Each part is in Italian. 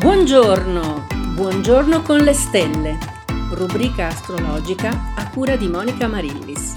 Buongiorno, buongiorno con le stelle, rubrica astrologica a cura di Monica Marillis.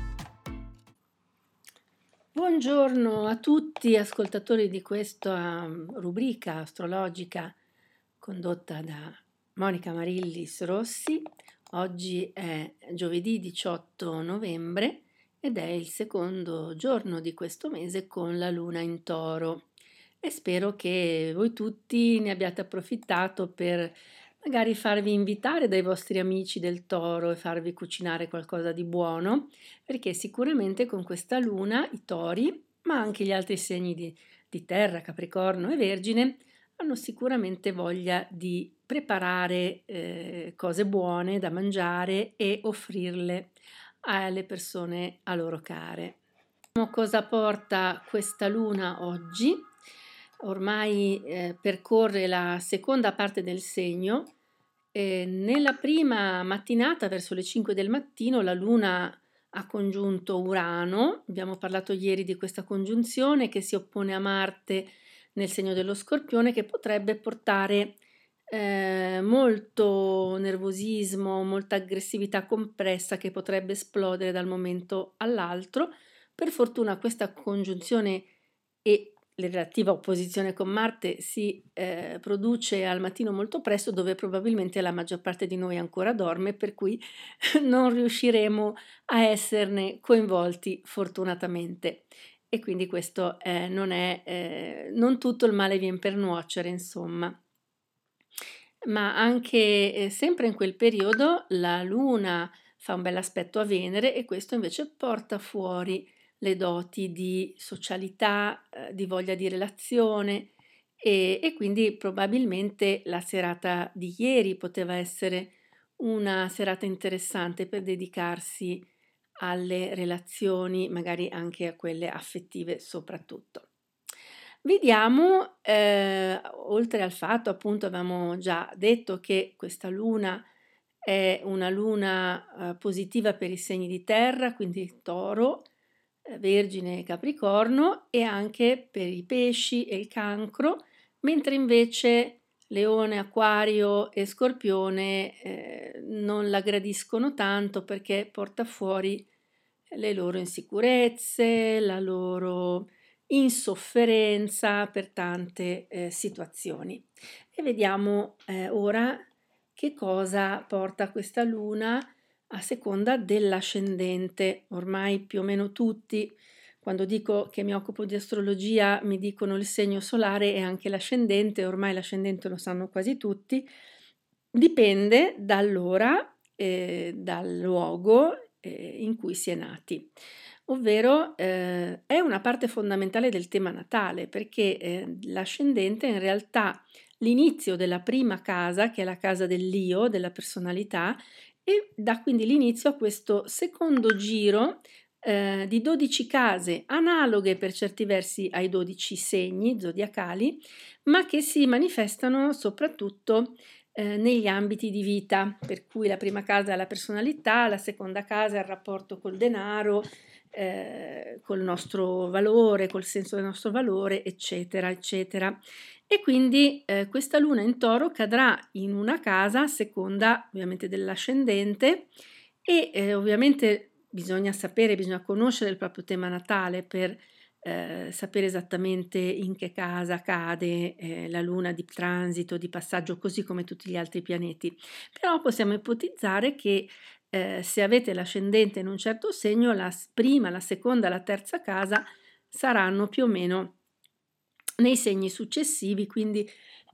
Buongiorno a tutti ascoltatori di questa rubrica astrologica condotta da Monica Marillis Rossi. Oggi è giovedì 18 novembre ed è il secondo giorno di questo mese con la luna in Toro. E spero che voi tutti ne abbiate approfittato per magari farvi invitare dai vostri amici del Toro e farvi cucinare qualcosa di buono, perché sicuramente con questa luna i tori, ma anche gli altri segni di terra, Capricorno e Vergine, hanno sicuramente voglia di preparare cose buone da mangiare e offrirle alle persone a loro care. Vediamo cosa porta questa luna oggi. Ormai percorre la seconda parte del segno. Nella prima mattinata, verso le 5 del mattino, la luna ha congiunto Urano. Abbiamo parlato ieri di questa congiunzione che si oppone a Marte nel segno dello Scorpione, che potrebbe portare molto nervosismo, molta aggressività compressa che potrebbe esplodere dal momento all'altro. Per fortuna questa congiunzione e la relativa opposizione con Marte si produce al mattino molto presto, dove probabilmente la maggior parte di noi ancora dorme, per cui non riusciremo a esserne coinvolti fortunatamente. E quindi questo non tutto il male viene per nuocere, insomma. Ma anche sempre in quel periodo la Luna fa un bel aspetto a Venere e questo invece porta fuori le doti di socialità, di voglia di relazione e quindi probabilmente la serata di ieri poteva essere una serata interessante per dedicarsi alle relazioni, magari anche a quelle affettive soprattutto. Vediamo, oltre al fatto, appunto, avevamo già detto che questa luna è una luna positiva per i segni di terra, quindi Toro, Vergine e Capricorno, e anche per i pesci e il Cancro, mentre invece Leone, Acquario e Scorpione non la gradiscono tanto perché porta fuori le loro insicurezze, la loro insofferenza per tante situazioni. E vediamo ora che cosa porta questa luna a seconda dell'ascendente. Ormai più o meno tutti, quando dico che mi occupo di astrologia, mi dicono il segno solare e anche l'ascendente. Ormai l'ascendente lo sanno quasi tutti. Dipende dall'ora, dal luogo in cui si è nati, ovvero è una parte fondamentale del tema natale, perché l'ascendente è in realtà l'inizio della prima casa, che è la casa dell'io, della personalità, e dà quindi l'inizio a questo secondo giro di 12 case, analoghe per certi versi ai 12 segni zodiacali, ma che si manifestano soprattutto negli ambiti di vita, per cui la prima casa è la personalità, la seconda casa è il rapporto col denaro, col nostro valore, col senso del nostro valore, eccetera, eccetera. E quindi questa luna in Toro cadrà in una casa a seconda ovviamente dell'ascendente e ovviamente bisogna conoscere il proprio tema natale per sapere esattamente in che casa cade la luna di transito, di passaggio, così come tutti gli altri pianeti. Però possiamo ipotizzare che se avete l'ascendente in un certo segno, la prima, la seconda, la terza casa saranno più o meno nei segni successivi, quindi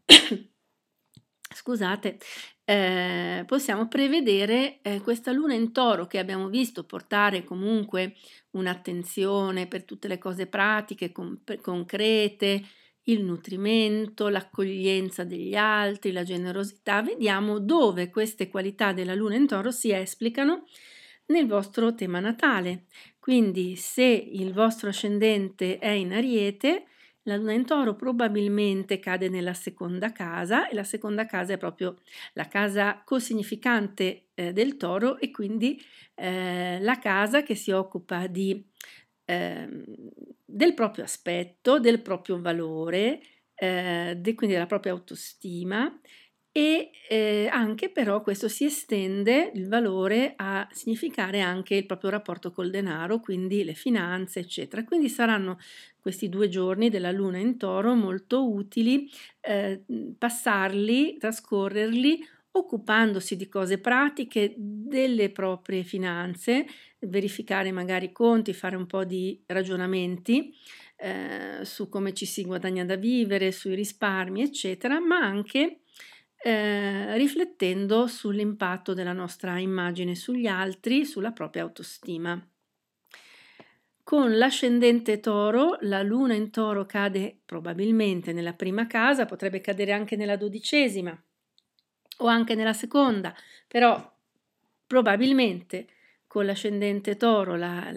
scusate, possiamo prevedere questa luna in Toro che abbiamo visto portare comunque un'attenzione per tutte le cose pratiche, concrete, il nutrimento, l'accoglienza degli altri, la generosità. Vediamo dove queste qualità della luna in Toro si esplicano nel vostro tema natale. Quindi se il vostro ascendente è in Ariete, la luna in Toro probabilmente cade nella seconda casa e la seconda casa è proprio la casa cosignificante del Toro e quindi la casa che si occupa del proprio aspetto, del proprio valore, quindi della propria autostima e anche però questo si estende il valore a significare anche il proprio rapporto col denaro, quindi le finanze, eccetera. Quindi saranno questi 2 giorni della luna in Toro molto utili, passarli, trascorrerli occupandosi di cose pratiche delle proprie finanze, verificare magari i conti, fare un po' di ragionamenti, su come ci si guadagna da vivere, sui risparmi, eccetera, ma anche riflettendo sull'impatto della nostra immagine sugli altri, sulla propria autostima. Con l'ascendente Toro, la luna in Toro cade probabilmente nella prima casa, potrebbe cadere anche nella 12ª o anche nella seconda, però probabilmente con l'ascendente Toro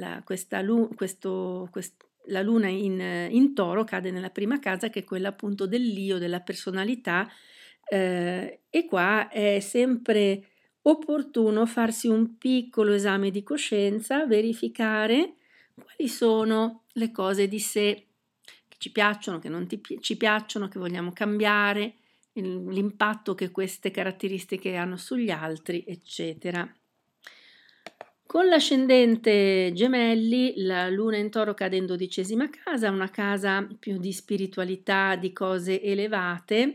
la luna in Toro cade nella prima casa, che è quella appunto dell'io, della personalità, e qua è sempre opportuno farsi un piccolo esame di coscienza, verificare quali sono le cose di sé che ci piacciono, che non ci piacciono, che vogliamo cambiare, l'impatto che queste caratteristiche hanno sugli altri, eccetera. Con l'ascendente Gemelli, la luna in Toro cade in 12ª casa, una casa più di spiritualità, di cose elevate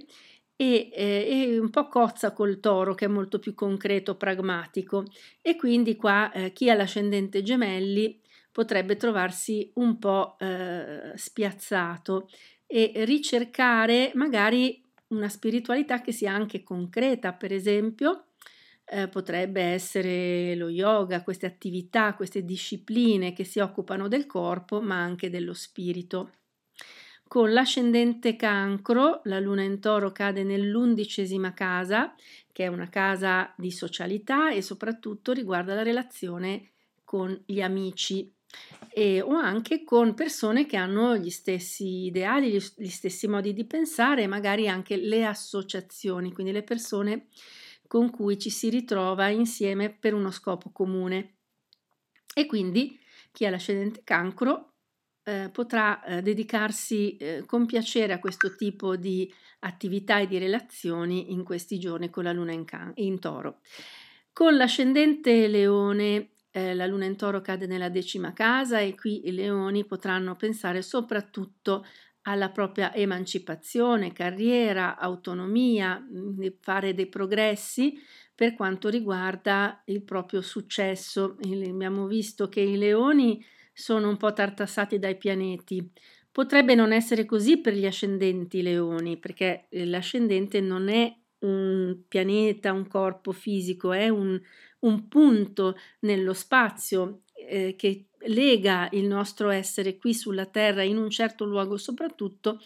e un po' cozza col Toro che è molto più concreto, pragmatico e quindi qua chi ha l'ascendente Gemelli potrebbe trovarsi un po' spiazzato e ricercare magari una spiritualità che sia anche concreta, per esempio. Potrebbe essere lo yoga, queste attività, queste discipline che si occupano del corpo ma anche dello spirito. Con l'ascendente Cancro, la luna in Toro cade nell'11ª casa, che è una casa di socialità e soprattutto riguarda la relazione con gli amici o anche con persone che hanno gli stessi ideali, gli stessi modi di pensare e magari anche le associazioni, quindi le persone con cui ci si ritrova insieme per uno scopo comune. E quindi chi ha l'ascendente Cancro potrà dedicarsi con piacere a questo tipo di attività e di relazioni in questi giorni con la luna in Toro. Con l'ascendente Leone, la luna in Toro cade nella 10ª casa e qui i leoni potranno pensare soprattutto alla propria emancipazione, carriera, autonomia, fare dei progressi per quanto riguarda il proprio successo. Abbiamo visto che i leoni sono un po' tartassati dai pianeti. Potrebbe non essere così per gli ascendenti leoni, perché l'ascendente non è un pianeta, un corpo fisico, è un punto nello spazio che lega il nostro essere qui sulla Terra in un certo luogo soprattutto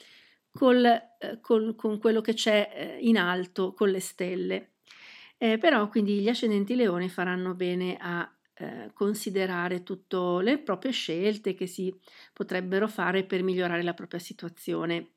con quello che c'è in alto, con le stelle. Però quindi gli ascendenti leone faranno bene a considerare tutte le proprie scelte che si potrebbero fare per migliorare la propria situazione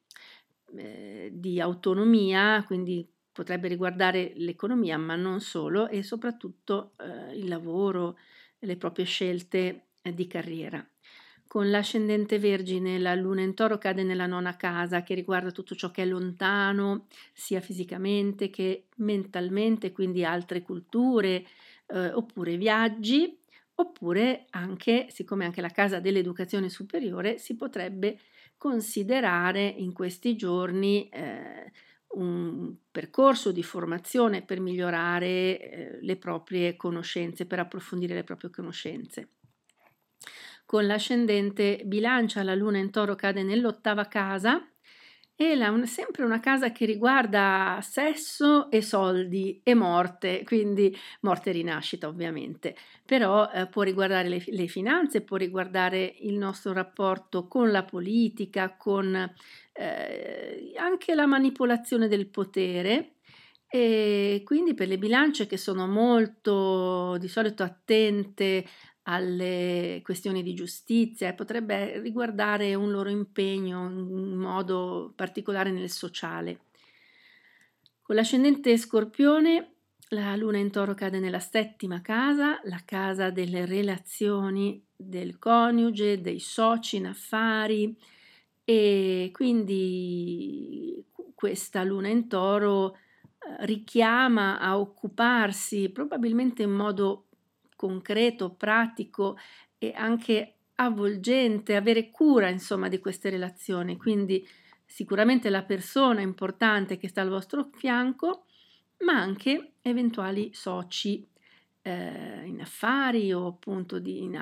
di autonomia, quindi potrebbe riguardare l'economia, ma non solo, e soprattutto il lavoro, le proprie scelte di carriera. Con l'ascendente Vergine, la luna in Toro cade nella 9ª casa, che riguarda tutto ciò che è lontano, sia fisicamente che mentalmente, quindi altre culture, oppure viaggi, oppure anche, siccome anche la casa dell'educazione superiore, si potrebbe considerare in questi giorni un percorso di formazione per migliorare le proprie conoscenze, per approfondire le proprie conoscenze. Con l'ascendente Bilancia, la luna in Toro cade nell'8ª casa e sempre una casa che riguarda sesso e soldi e morte, quindi morte e rinascita ovviamente, però può riguardare le finanze, può riguardare il nostro rapporto con la politica, con anche la manipolazione del potere. E quindi per le bilance che sono molto di solito attente alle questioni di giustizia e potrebbe riguardare un loro impegno in modo particolare nel sociale. Con l'ascendente Scorpione, la luna in Toro cade nella 7ª casa, la casa delle relazioni del coniuge, dei soci in affari e quindi questa luna in toro richiama a occuparsi probabilmente in modo concreto, pratico e anche avvolgente, avere cura insomma di queste relazioni. Quindi sicuramente la persona importante che sta al vostro fianco, ma anche eventuali soci in affari o appunto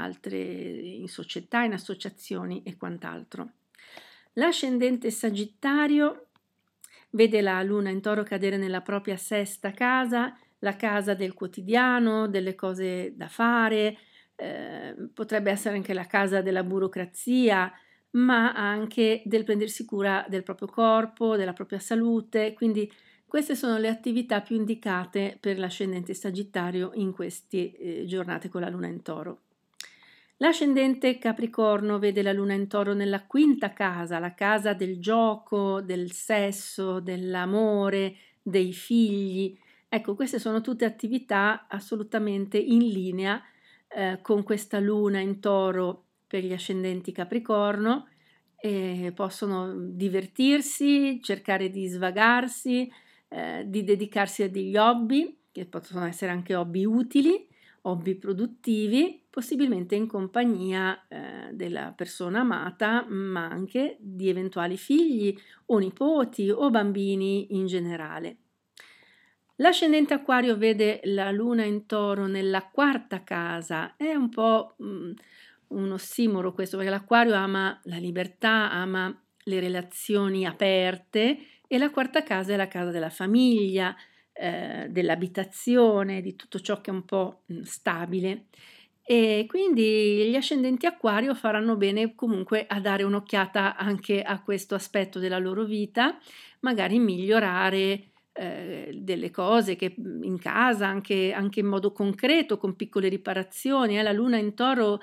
in società, in associazioni e quant'altro. L'ascendente Sagittario vede la luna in toro cadere nella propria sesta casa, la casa del quotidiano, delle cose da fare, potrebbe essere anche la casa della burocrazia, ma anche del prendersi cura del proprio corpo, della propria salute, quindi queste sono le attività più indicate per l'ascendente Sagittario in queste giornate con la luna in toro. L'ascendente Capricorno vede la luna in toro nella quinta casa, la casa del gioco, del sesso, dell'amore, dei figli. Ecco, queste sono tutte attività assolutamente in linea con questa luna in toro per gli ascendenti Capricorno. Possono divertirsi, cercare di svagarsi, di dedicarsi a degli hobby, che possono essere anche hobby utili, hobby produttivi, possibilmente in compagnia della persona amata, ma anche di eventuali figli o nipoti o bambini in generale. L'ascendente Acquario vede la luna in toro nella quarta casa, è un po' un ossimoro questo, perché l'Acquario ama la libertà, ama le relazioni aperte e la quarta casa è la casa della famiglia, dell'abitazione, di tutto ciò che è un po' stabile. E quindi gli ascendenti Acquario faranno bene comunque a dare un'occhiata anche a questo aspetto della loro vita, magari migliorare delle cose che in casa, anche in modo concreto, con piccole riparazioni. La luna in toro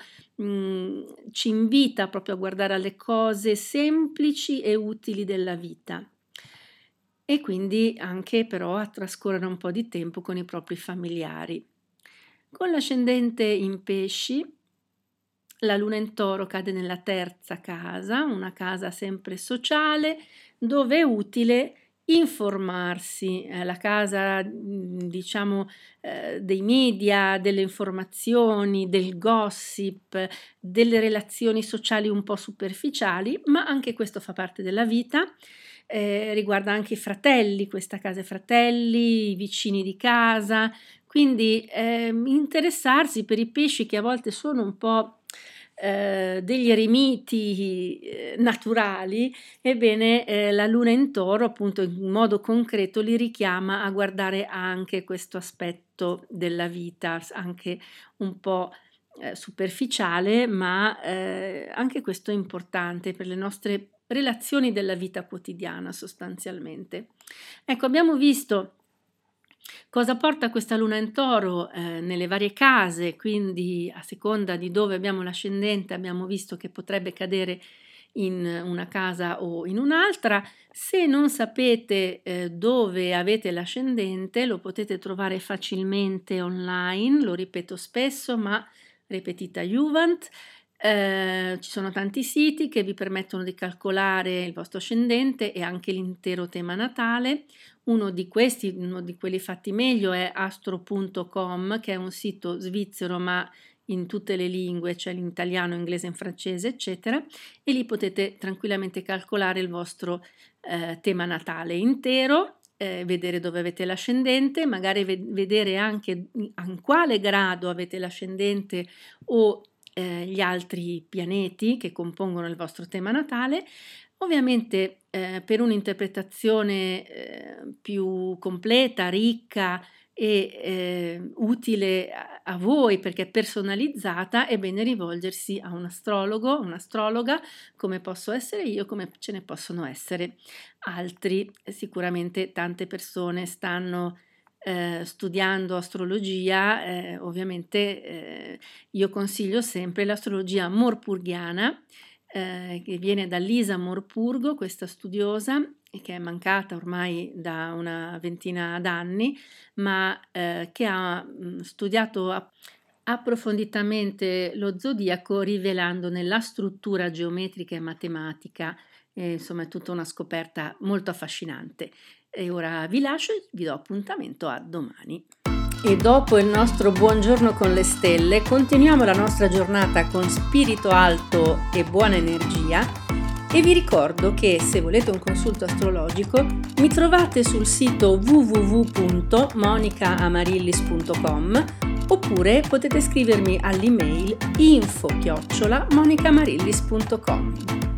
ci invita proprio a guardare alle cose semplici e utili della vita e quindi anche però a trascorrere un po' di tempo con i propri familiari. Con l'ascendente in pesci, la luna in toro cade nella terza casa, una casa sempre sociale, dove è utile informarsi, la casa, diciamo, dei media, delle informazioni, del gossip, delle relazioni sociali un po' superficiali, ma anche questo fa parte della vita. Riguarda anche i fratelli, questa casa, i fratelli, i vicini di casa, quindi interessarsi per i pesci che a volte sono un po' degli eremiti naturali, ebbene la luna in toro appunto in modo concreto li richiama a guardare anche questo aspetto della vita, anche un po' superficiale, ma anche questo è importante per le nostre relazioni della vita quotidiana sostanzialmente. Ecco, abbiamo visto cosa porta questa luna in toro nelle varie case, quindi a seconda di dove abbiamo l'ascendente abbiamo visto che potrebbe cadere in una casa o in un'altra. Se non sapete dove avete l'ascendente, lo potete trovare facilmente online, lo ripeto spesso, ma repetita Juvent. Ci sono tanti siti che vi permettono di calcolare il vostro ascendente e anche l'intero tema natale. Uno di questi, uno di quelli fatti meglio è astro.com, che è un sito svizzero ma in tutte le lingue, cioè in italiano, inglese, in francese, eccetera, e lì potete tranquillamente calcolare il vostro tema natale intero, vedere dove avete l'ascendente, magari vedere anche in quale grado avete l'ascendente o gli altri pianeti che compongono il vostro tema natale. Ovviamente per un'interpretazione più completa, ricca e utile a voi perché è personalizzata, è bene rivolgersi a un astrologo, un'astrologa, come posso essere io, come ce ne possono essere altri. Sicuramente tante persone stanno studiando astrologia, ovviamente io consiglio sempre l'astrologia morpurghiana, che viene da Lisa Morpurgo, questa studiosa, e che è mancata ormai da una ventina d'anni, ma che ha studiato approfonditamente lo zodiaco rivelandone la struttura geometrica e matematica insomma è tutta una scoperta molto affascinante. E ora vi lascio e vi do appuntamento a domani. E dopo il nostro buongiorno con le stelle, continuiamo la nostra giornata con spirito alto e buona energia e vi ricordo che se volete un consulto astrologico mi trovate sul sito www.monicaamarillis.com oppure potete scrivermi all'email info@monicamarillis.com.